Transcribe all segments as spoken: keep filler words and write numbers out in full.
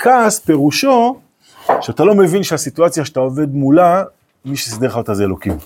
כעס פירושו, שאתה לא מבין שהסיטואציה שאתה עובד מולה, מי שסידר לך אותה זה אלוקים.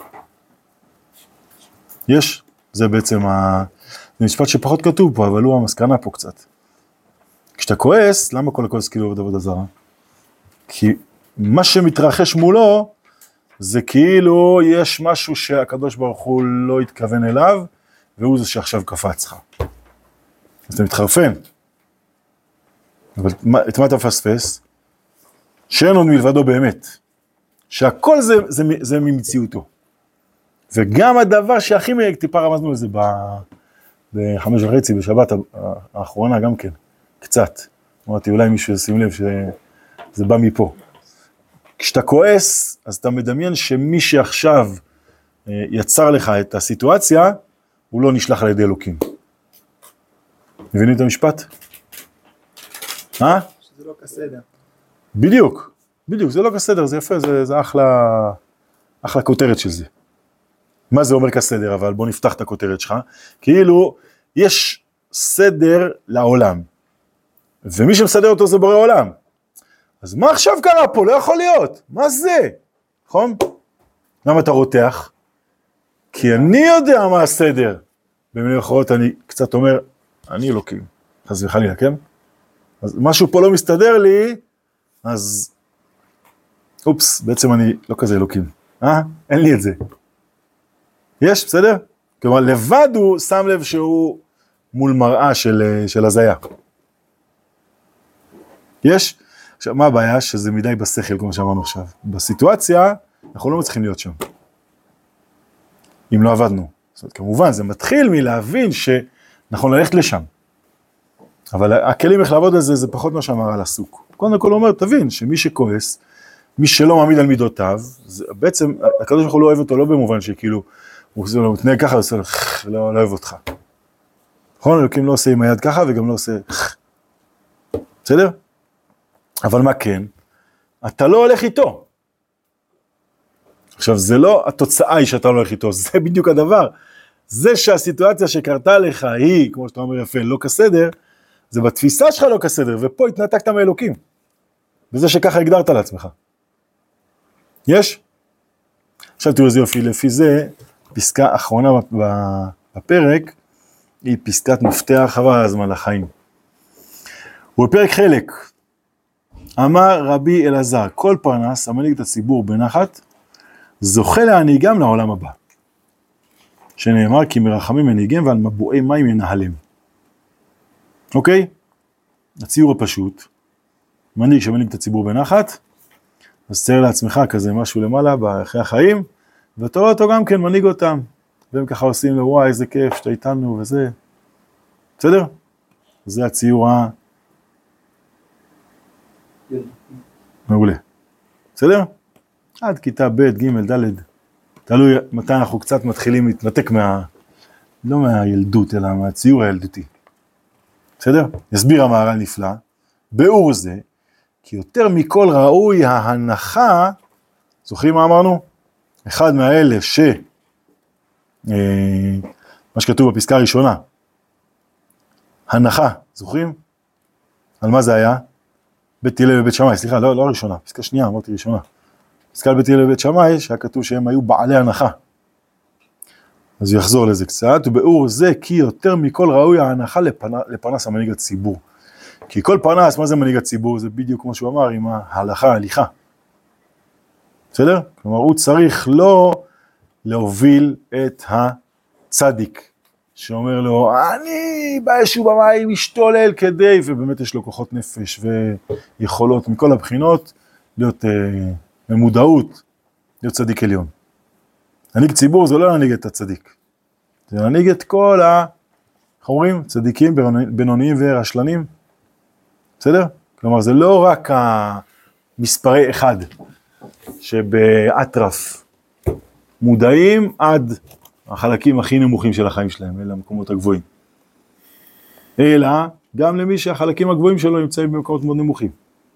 יש? זה בעצם ה... זה משפט שפחות כתוב פה, אבל הוא המסקנה פה קצת. כשאתה כועס, למה כל הכועס כאילו עובד עבודה זרה? כי מה שמתרחש מולו, זה כאילו יש משהו שהקדוש ברוך הוא לא התכוון אליו, והוא זה שעכשיו קפץ לך. אז אתה מתחרפן. אבל את מה אתה מפספס? שאין עוד מלבדו באמת. שהכל זה, זה, זה ממציאותו. וגם הדבר שהכי מייג, טיפה רמזנו לזה בחמש וחצי, בשבת האחרונה גם כן, קצת. אמרתי, אולי מישהו ישים לב שזה בא מפה. כשאתה כועס, אז אתה מדמיין שמי שעכשיו יצר לך את הסיטואציה, הוא לא נשלח על ידי אלוקים. מבינים את המשפט? אה? שזה לא כסדר. בדיוק, בדיוק, זה לא כסדר, זה יפה, זה, זה אחלה, אחלה כותרת של זה. מה זה אומר כסדר? אבל בוא נפתח את הכותרת שלך. כאילו, יש סדר לעולם, ומי שמסדר אותו זה בורא עולם. אז מה עכשיו קרה פה? לא יכול להיות. מה זה? נכון? למה אתה רותח? כי אני יודע מה הסדר. במילים אחרות אני קצת אומר, אני אלוקים. חס וחלילה, כן? אז משהו פה לא מסתדר לי, אז אופס, בעצם אני לא כזה אלוקים. אה? אין לי את זה. יש, בסדר? כלומר, לבד הוא שם לב שהוא מול מראה של, של הזיה. יש? עכשיו, מה הבעיה? שזה מדי בשכל, כמו שאמרנו עכשיו. בסיטואציה, אנחנו לא מצליחים להיות שם. אם לא עבדנו. זאת אומרת, כמובן, זה מתחיל מלהבין שנכון ללכת לשם. אבל הכלים איך לעבוד על זה, זה פחות מה שאמר על הסוק. קודם כל הוא אומר, תבין, שמי שכועס, מי שלא מעמיד על מידותיו, זה בעצם, הקדוש ברוך הוא לא אוהב אותו, לא במובן שכאילו, הוא מתנהג ככה, הוא עושה, לא, לא אוהב אותך. נכון, אלוקים לא עושה עם היד ככה, וגם לא עושה, בסדר? אבל מה כן? אתה לא הולך איתו. עכשיו, זה לא התוצאה היא שאתה לא הולך איתו, זה בדיוק הדבר. זה שהסיטואציה שקרתה לך היא, כמו שאתה אומר יפה, לא כסדר, זה בתפיסה שלך לא כסדר, ופה התנתקת מאלוקים. וזה שככה הגדרת לעצמך. יש? עכשיו תראו איזה יופי, לפי זה, פסקה אחרונה בפרק, היא פסקת מפתח חבל הזמן לחיים. הוא בפרק חלק. אמר רבי אלעזר, כל פרנס המנהיג את הציבור בנחת, זוכה להנהיגם לעולם הבא. שנאמר כי מרחמים מנהיגם ועל מבועי מים ינהלם. אוקיי? הציור הפשוט, מנהיג שמנהיג את הציבור בנחת, אז תאר לעצמך כזה משהו למעלה באחרי החיים, ואתה רואה אותו גם כן מנהיג אותם, והם ככה עושים לו וואי איזה כיף שאתה איתנו וזה, בסדר? זה הציור ה... מעולה, בסדר? עד כיתה ב' ג' ד' תלוי מתי אנחנו קצת מתחילים להתנתק מה... לא מהילדות אלא מהציור הילדותי, בסדר? יסביר המהר"ל נפלא, באור זה, כי יותר מכל ראוי ההנחה, זוכרים מה אמרנו? אחד מהאלה ש... אה, מה שכתוב בפסקה הראשונה, הנחה, זוכרים? על מה זה היה? בית הלל ובית שמאי, סליחה, לא, לא הראשונה, פסקה שנייה, אמרתי ראשונה. פסקה בית הלל ובית שמאי, שהיה כתוב שהם היו בעלי הנחה. אז הוא יחזור לזה קצת, ובאור זה כי יותר מכל ראוי ההנחה לפנ... לפרנס המנהיג הציבור. כי כל פרנס, מה זה מנהיג הציבור? זה בדיוק כמו שהוא אמר, עם ההלכה, ההליכה. בסדר? כלומר, הוא צריך לא להוביל את הצדיק, שאומר לו, אני באיזשהו במים משתולל כדי, ובאמת יש לו כוחות נפש ויכולות מכל הבחינות, להיות אה, ממודעות, להיות צדיק עליון. להנהיג ציבור זה לא להנהיג את הצדיק, זה להנהיג את כל ה... איך אומרים? צדיקים, בינוניים ורשלנים. בסדר? כלומר, זה לא רק המספרי אחד, שבאטרף מודעים עד החלקים הכי נמוכים של החיים שלהם, אלה המקומות הגבוהים. אלא גם למי שהחלקים הגבוהים שלו נמצאים במקומות מאוד נמוכים.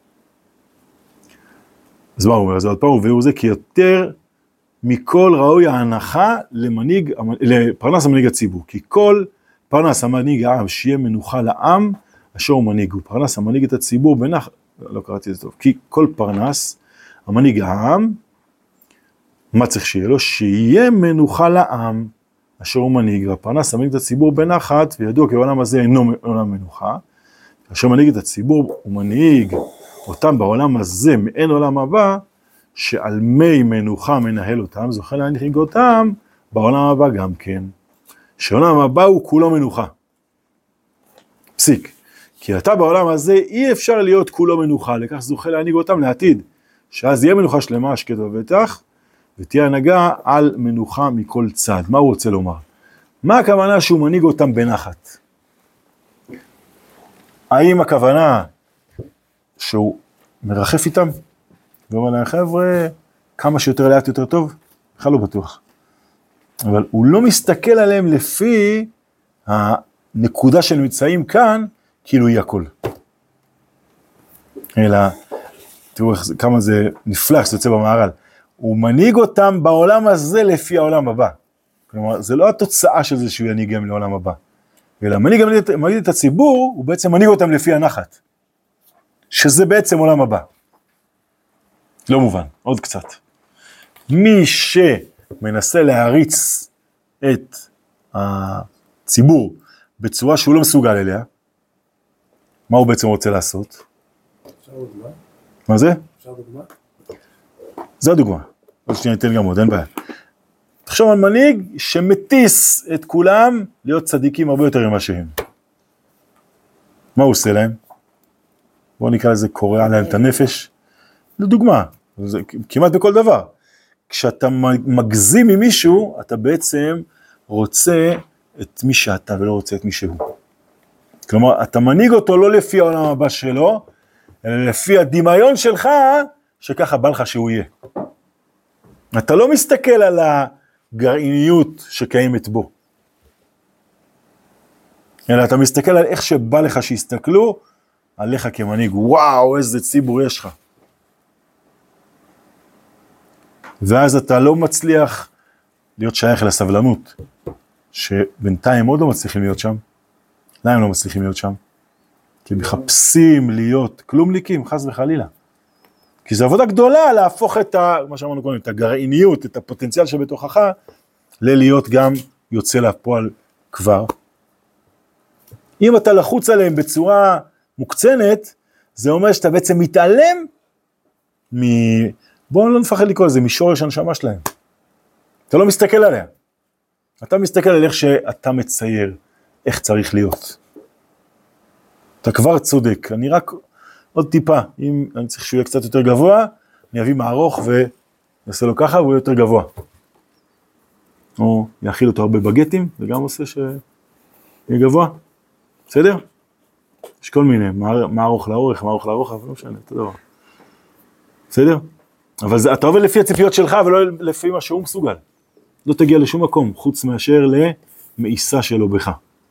אז מה הוא אומר? אז עוד פעם הוא והוא זה, כי יותר מכל ראוי ההנחה למנהיג, לפרנס המנהיג הציבור. כי כל פרנס המנהיג העם שיהיה מנוחה לעם, אשר הוא מנהיג, הוא פרנס המנהיג את הציבור בנח, לא קראתי את זה טוב, כי כל פרנס, המנהיג העם, מה צריך שיהיה לו? שיהיה מנוחה לעם, אשר הוא מנהיג, והפרנס המנהיג את הציבור בנחת, וידוע כי העולם הזה אינו עולם מנוחה, אשר מנהיג את הציבור, הוא מנהיג אותם בעולם הזה, מאין עולם הבא, שעל מי מנוחה מנהל אותם, זוכה להנהיג אותם בעולם הבא גם כן. שעולם הבא הוא כולו מנוחה. פסיק. כי אתה בעולם הזה אי אפשר להיות כולו מנוחה, לכך זוכה להנהיג אותם לעתיד, שאז יהיה מנוחה שלמה השקט ובטח, ותהיה הנהגה על מנוחה מכל צד. מה הוא רוצה לומר? מה הכוונה שהוא מנהיג אותם בנחת? האם הכוונה שהוא מרחף איתם? ואומר להם, חבר'ה, כמה שיותר לאט יותר טוב? בכלל לא בטוח. אבל הוא לא מסתכל עליהם לפי הנקודה של נמצאים כאן, כאילו היא הכל. אלא, תראו כמה זה נפלח, זה יוצא במערל. הוא מנהיג אותם בעולם הזה לפי העולם הבא. כלומר, זה לא התוצאה של זה שהוא ינהיג גם לעולם הבא. אלא מנהיג, מנהיג את הציבור, הוא בעצם מנהיג אותם לפי הנחת. שזה בעצם עולם הבא. לא מובן, עוד קצת. מי שמנסה להריץ את הציבור בצורה שהוא לא מסוגל אליה, מה הוא בעצם רוצה לעשות? אפשר דוגמה? מה זה? אפשר דוגמה? זו הדוגמה. עוד שנייה ניתן גם עוד, אין בעיה. תחשוב על מנהיג שמטיס את כולם להיות צדיקים הרבה יותר ממה שהם. מה הוא עושה להם? בואו נקרא לזה קורע להם את הנפש. זו דוגמה, זה כמעט בכל דבר. כשאתה מגזים ממישהו, אתה בעצם רוצה את מי שאתה ולא רוצה את מי שהוא. כלומר, אתה מנהיג אותו לא לפי העולם הבא שלו, אלא לפי הדמיון שלך, שככה בא לך שהוא יהיה. אתה לא מסתכל על הגרעיניות שקיימת בו, אלא אתה מסתכל על איך שבא לך שיסתכלו עליך כמנהיג. וואו, איזה ציבור יש לך. ואז אתה לא מצליח להיות שייך לסבלנות, שבינתיים עוד לא מצליחים להיות שם. למה הם לא מצליחים להיות שם? כי הם מחפשים להיות כלומניקים, חס וחלילה. כי זו עבודה גדולה להפוך את ה, מה שאמרנו קודם, את הגרעיניות, את הפוטנציאל שבתוכך, ללהיות גם יוצא לפועל כבר. אם אתה לחוץ עליהם בצורה מוקצנת, זה אומר שאתה בעצם מתעלם מ... בואו לא נפחד לקרוא לזה, משורש הנשמה שלהם. אתה לא מסתכל עליה. אתה מסתכל על איך שאתה מצייר, איך צריך להיות. אתה כבר צודק, אני רק עוד טיפה, אם אני צריך שהוא יהיה קצת יותר גבוה, אני אביא מערוך ונעשה לו ככה, והוא יהיה יותר גבוה. או יאכיל אותו הרבה בגטים, זה גם עושה שיהיה גבוה. בסדר? יש כל מיני, מערוך לאורך, מערוך לאורך, אבל לא משנה, אתה דבר. בסדר? אבל זה, אתה עובד לפי הציפיות שלך, ולא לפי מה שהוא מסוגל. לא תגיע לשום מקום, חוץ מאשר למאיסה שלו בך.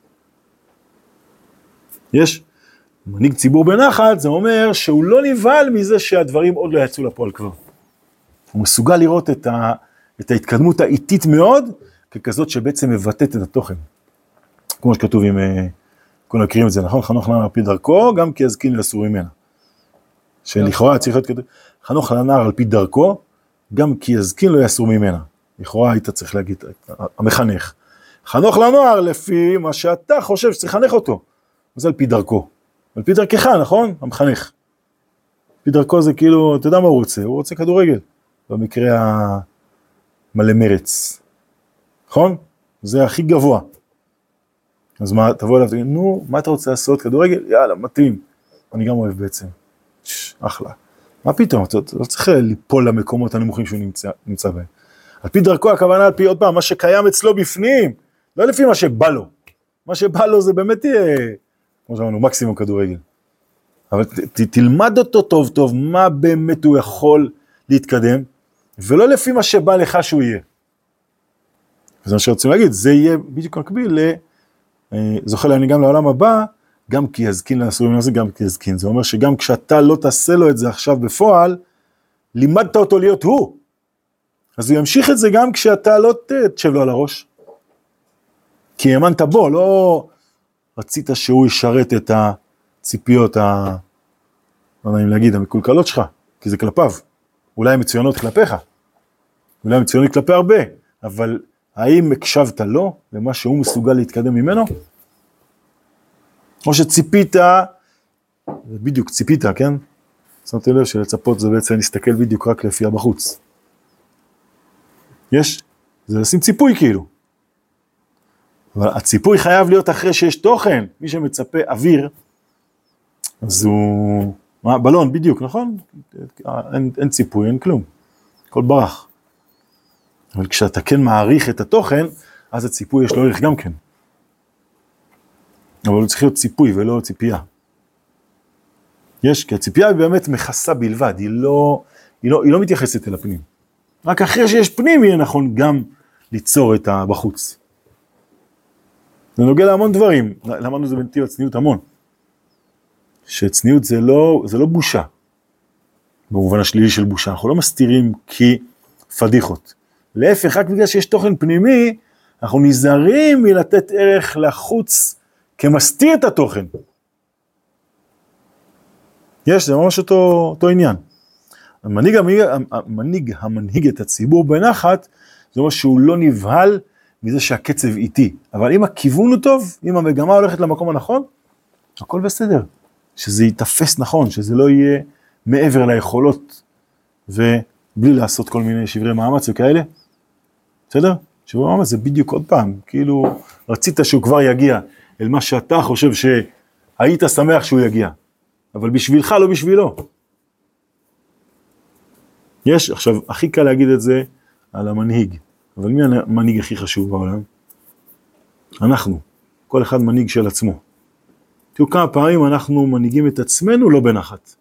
יש? מנהיג ציבור בנחת, זה אומר שהוא לא נבהל מזה שהדברים עוד לא יצאו לפועל כבר. הוא מסוגל לראות את, ה, את ההתקדמות האיטית מאוד, ככזאת שבעצם מבטאת את התוכן. כמו שכתוב עם, כולנו מכירים את זה, נכון? חנוך לנער על פי דרכו, גם כי יזקין ואסור ממנה. שלכאורה צריך להיות כתוב, חנוך לנער על פי דרכו, גם כי יזקין לא יאסור ממנה. לכאורה היית צריך להגיד, המחנך. חנוך לנער לפי מה שאתה חושב שצריך לחנך אותו. זה על פי דרכו. על פי דרכך, נכון? המחנך. על פי דרכו זה כאילו, אתה יודע מה הוא רוצה? הוא רוצה כדורגל. במקרה המלא מרץ. נכון? זה הכי גבוה. אז מה, תבוא אליו, תגיד, נו, מה אתה רוצה לעשות? כדורגל? יאללה, מתאים. אני גם אוהב בעצם. ש, אחלה. מה פתאום? אתה לא צריך ליפול למקומות הנמוכים שהוא נמצא, נמצא בהם. על פי דרכו, הכוונה על פי עוד פעם, מה שקיים אצלו בפנים, לא לפי מה שבא לו. מה שבא לו זה באמת יהיה, כמו שאמרנו, מקסימום כדורגל. אבל ת, ת, תלמד אותו טוב טוב, מה באמת הוא יכול להתקדם, ולא לפי מה שבא לך שהוא יהיה. וזה מה שרוצים להגיד, זה יהיה בדיוק מקביל ל... זוכה להני גם לעולם הבא, גם כי יזקין לעשו ממנו זה, גם כי יזקין. זה אומר שגם כשאתה לא תעשה לו את זה עכשיו בפועל, לימדת אותו להיות הוא. אז הוא ימשיך את זה גם כשאתה לא תשב לו על הראש. כי האמנת בו, לא רצית שהוא ישרת את הציפיות לא נעים להגיד, המקולקלות שלך, כי זה כלפיו. אולי מצוינות כלפיך, אולי מצוינות כלפי הרבה, אבל האם הקשבת לו, למה שהוא מסוגל להתקדם ממנו? או שציפית, בדיוק ציפית, כן? שמתי לב שלצפות זה בעצם להסתכל בדיוק רק לפי הבחוץ. יש? זה לשים ציפוי כאילו. אבל הציפוי חייב להיות אחרי שיש תוכן. מי שמצפה אוויר, אז הוא... מה? בלון, בדיוק, נכון? אין, אין ציפוי, אין כלום. הכל ברח. אבל כשאתה כן מעריך את התוכן, אז הציפוי יש לו ערך גם כן. אבל הוא צריך להיות ציפוי ולא ציפייה. יש, כי הציפייה היא באמת מכסה בלבד, היא לא, היא לא, היא לא מתייחסת אל הפנים. רק אחרי שיש פנים יהיה נכון גם ליצור את הבחוץ. זה נוגע להמון דברים, למדנו זה בנתיב הצניעות המון. שצניעות זה לא, זה לא בושה, במובן השלילי של בושה, אנחנו לא מסתירים כי פדיחות. להפך, רק בגלל שיש תוכן פנימי, אנחנו נזהרים מלתת ערך לחוץ כמסתיר את התוכן. יש, זה ממש אותו, אותו עניין. המנהיג, המנהיג, המנהיג, המנהיג את הציבור בנחת, זה אומר שהוא לא נבהל מזה שהקצב איטי. אבל אם הכיוון הוא טוב, אם המגמה הולכת למקום הנכון, הכל בסדר. שזה יתפס נכון, שזה לא יהיה מעבר ליכולות, ובלי לעשות כל מיני שברי מאמץ וכאלה. בסדר? שברי מאמץ זה בדיוק עוד פעם, כאילו רצית שהוא כבר יגיע אל מה שאתה חושב שהיית שמח שהוא יגיע. אבל בשבילך, לא בשבילו. יש, עכשיו, הכי קל להגיד את זה על המנהיג. אבל מי המנהיג הכי חשוב בעולם? אנחנו. כל אחד מנהיג של עצמו. תראו כמה פעמים אנחנו מנהיגים את עצמנו לא בנחת.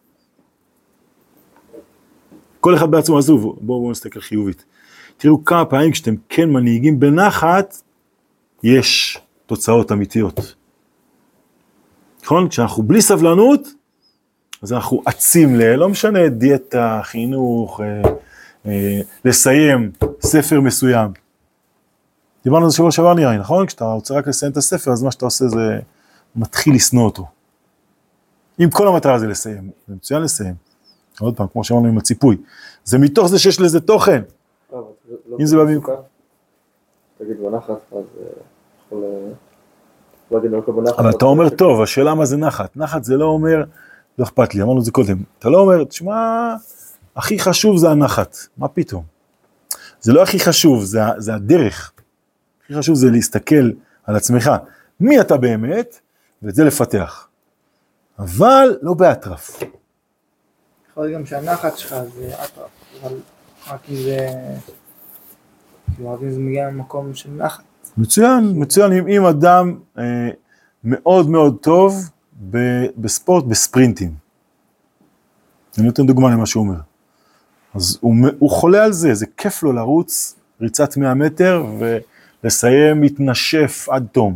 כל אחד בעצמו, עזוב, בואו בוא נסתכל חיובית. תראו כמה פעמים כשאתם כן מנהיגים בנחת, יש תוצאות אמיתיות. נכון? כשאנחנו בלי סבלנות, אז אנחנו עצים ל... לא משנה דיאטה, חינוך, אה, אה, לסיים ספר מסוים. דיברנו על זה שבוע שעבר נראה, נכון? כשאתה רוצה רק לסיים את הספר, אז מה שאתה עושה זה מתחיל לסנוע אותו. אם כל המטרה זה לסיים, זה מצוין לסיים. עוד פעם, כמו שאמרנו עם הציפוי. זה מתוך זה שיש לזה תוכן. אם זה בא... תגיד בנחת, אז יכול... אבל אתה אומר טוב, השאלה מה זה נחת. נחת זה לא אומר, לא אכפת לי, אמרנו את זה קודם. אתה לא אומר, תשמע, הכי חשוב זה הנחת. מה פתאום? זה לא הכי חשוב, זה, זה הדרך. הכי חשוב זה להסתכל על עצמך. מי אתה באמת? ואת זה לפתח. אבל לא באטרף. יכול להיות גם שהנחת שלך זה אטרף, אבל רק אם זה... כאילו, רק אם זה מגיע למקום של נחת. מצוין, מצוין. אם, אם אדם אה, מאוד מאוד טוב ב, בספורט, בספרינטים. אני נותן דוגמה למה שהוא אומר. אז הוא, הוא חולה על זה, זה כיף לו לרוץ ריצת מאה מטר ולסיים מתנשף עד תום.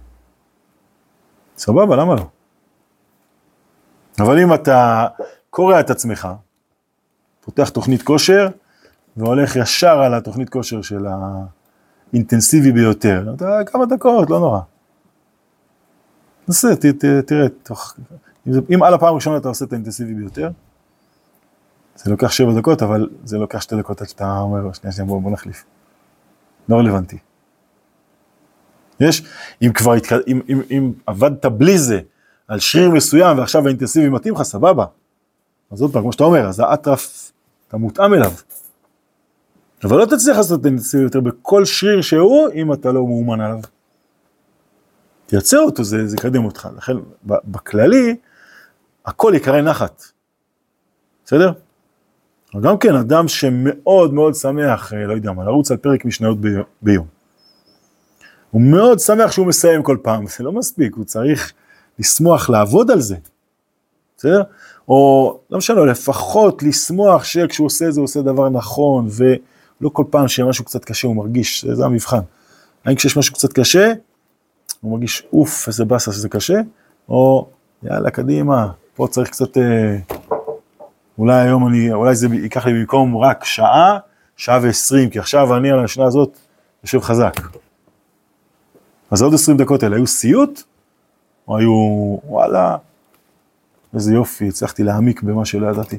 סבבה, למה לא? אבל אם אתה קורא את עצמך, פותח תוכנית כושר, והולך ישר על התוכנית כושר של האינטנסיבי ביותר, אתה כמה דקות, לא נורא. נסה, ת, ת, תראה, תוך, אם, אם על הפעם הראשונה אתה עושה את האינטנסיבי ביותר, זה לוקח שבע דקות, אבל זה לוקח שתי דקות עד שאתה אומר, שנייה, שנייה, בוא, בוא נחליף. לא רלוונטי. יש, אם כבר, אם, אם, אם עבדת בלי זה, על שריר מסוים, ועכשיו האינטנסיבי מתאים לך, סבבה. אז עוד פעם, כמו שאתה אומר, אז האטרף, אתה מותאם אליו. אבל לא תצליח לעשות את האינטנסיבי יותר בכל שריר שהוא, אם אתה לא מאומן עליו. תייצר אותו, זה, זה קדם אותך. לכן, בכללי, הכל יקרה נחת. בסדר? אבל גם כן, אדם שמאוד מאוד שמח, לא יודע מה, לרוץ על פרק משניות ב, ביום. הוא מאוד שמח שהוא מסיים כל פעם, זה לא מספיק, הוא צריך לשמוח, לעבוד על זה. בסדר? או, לא משנה, לפחות לשמוח שכשהוא עושה זה, הוא עושה דבר נכון, ולא כל פעם שיהיה משהו קצת קשה, הוא מרגיש, זה המבחן. האם כשיש משהו קצת קשה, הוא מרגיש, אוף, איזה בסה, שזה קשה, או, יאללה, קדימה, פה צריך קצת, אה, אולי היום אני, אולי זה ייקח לי במקום רק שעה, שעה ועשרים, כי עכשיו אני על השנה הזאת יושב חזק. אז עוד עשרים דקות האלה, היו סיוט, או היו, וואלה, איזה יופי, הצלחתי להעמיק במה שלא ידעתי.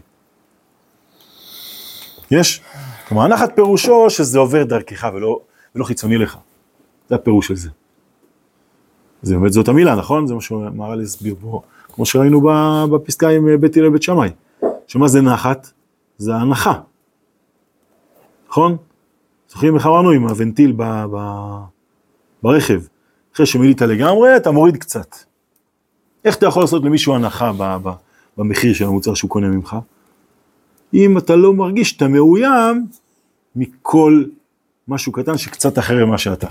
יש? כלומר, הנחת פירושו שזה עובר דרכך ולא, ולא חיצוני לך. זה הפירוש של זה. זה באמת זאת המילה, נכון? זה מה שמהר"ל הסביר פה, כמו שראינו בפסקה עם בית הלל בית שמאי. שמה זה נחת? זה ההנחה. נכון? זוכרים איך אמרנו עם הוונטיל ב, ב, ברכב. אחרי שמילית לגמרי, אתה מוריד קצת. איך אתה יכול לעשות למישהו הנחה ב, ב, במחיר של המוצר שהוא קונה ממך? אם אתה לא מרגיש שאתה מאוים מכל משהו קטן שקצת אחר ממה שאתה.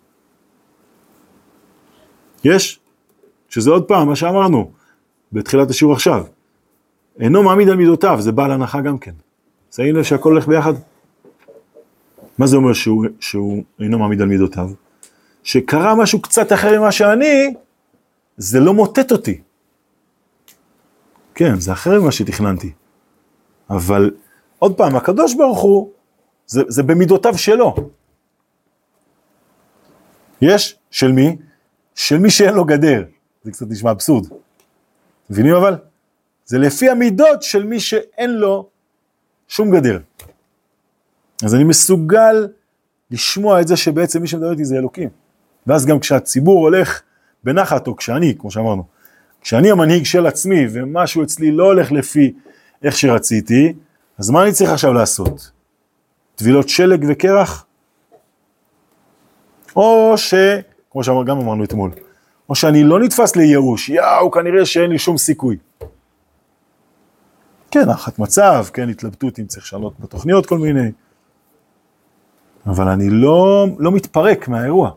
יש? שזה עוד פעם, מה שאמרנו, בתחילת השיעור עכשיו. אינו מעמיד על מידותיו, זה בעל הנחה גם כן. שמים לב שהכל הולך ביחד. מה זה אומר שהוא, שהוא אינו מעמיד על מידותיו? שקרה משהו קצת אחר ממה שאני, זה לא מוטט אותי. כן, זה אחר ממה שתכננתי. אבל עוד פעם, הקדוש ברוך הוא, זה, זה במידותיו שלו. יש? של מי? של מי שאין לו גדר. זה קצת נשמע אבסורד. מבינים אבל? זה לפי המידות של מי שאין לו שום גדר. אז אני מסוגל לשמוע את זה שבעצם מי שמדבר איתי זה אלוקים. ואז גם כשהציבור הולך בנחת, או כשאני, כמו שאמרנו, כשאני המנהיג של עצמי, ומשהו אצלי לא הולך לפי איך שרציתי, אז מה אני צריך עכשיו לעשות? טבילות שלג וקרח? או ש, כמו שגם אמרנו אתמול, או שאני לא נתפס לייאוש, יאו, כנראה שאין לי שום סיכוי. כן, אחת מצב, כן, התלבטות אם צריך לשנות בתוכניות כל מיני, אבל אני לא, לא מתפרק מהאירוע.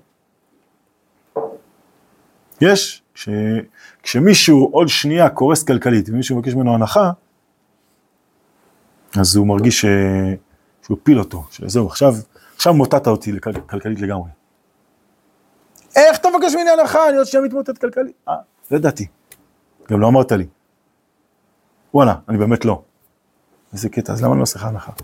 יש, כש, כשמישהו עוד שנייה קורס כלכלית, ומישהו מבקש ממנו הנחה, אז הוא מרגיש ש, שהוא פיל אותו, שזהו, עכשיו, עכשיו מוטטת אותי כלכלית לגמרי. איך אתה מבקש ממני הנחה? אני עוד שנייה מתמוטט כלכלית. אה, לא ידעתי. גם לא אמרת לי. וואלה, אני באמת לא. איזה קטע, אז למה אני לא עושה לך הנחה?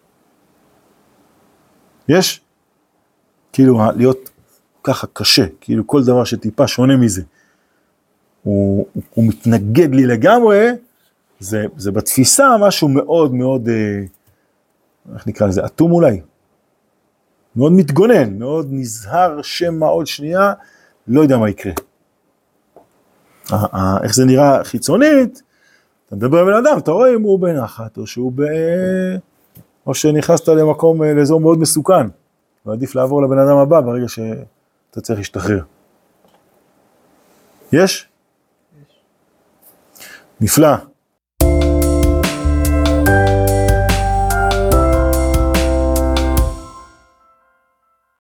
יש? כאילו, להיות ככה קשה, כאילו כל דבר שטיפה שונה מזה, הוא, הוא מתנגד לי לגמרי, זה, זה בתפיסה משהו מאוד מאוד, אה, איך נקרא לזה, אטום אולי, מאוד מתגונן, מאוד נזהר שמה עוד שנייה, לא יודע מה יקרה. אה, אה, איך זה נראה חיצונית, אתה מדבר עם בן אדם, אתה רואה אם הוא בנחת, או שהוא ב... או שנכנסת למקום, לאזור מאוד מסוכן, ועדיף לעבור לבן אדם הבא ברגע שאתה צריך להשתחרר. יש? יש. נפלא.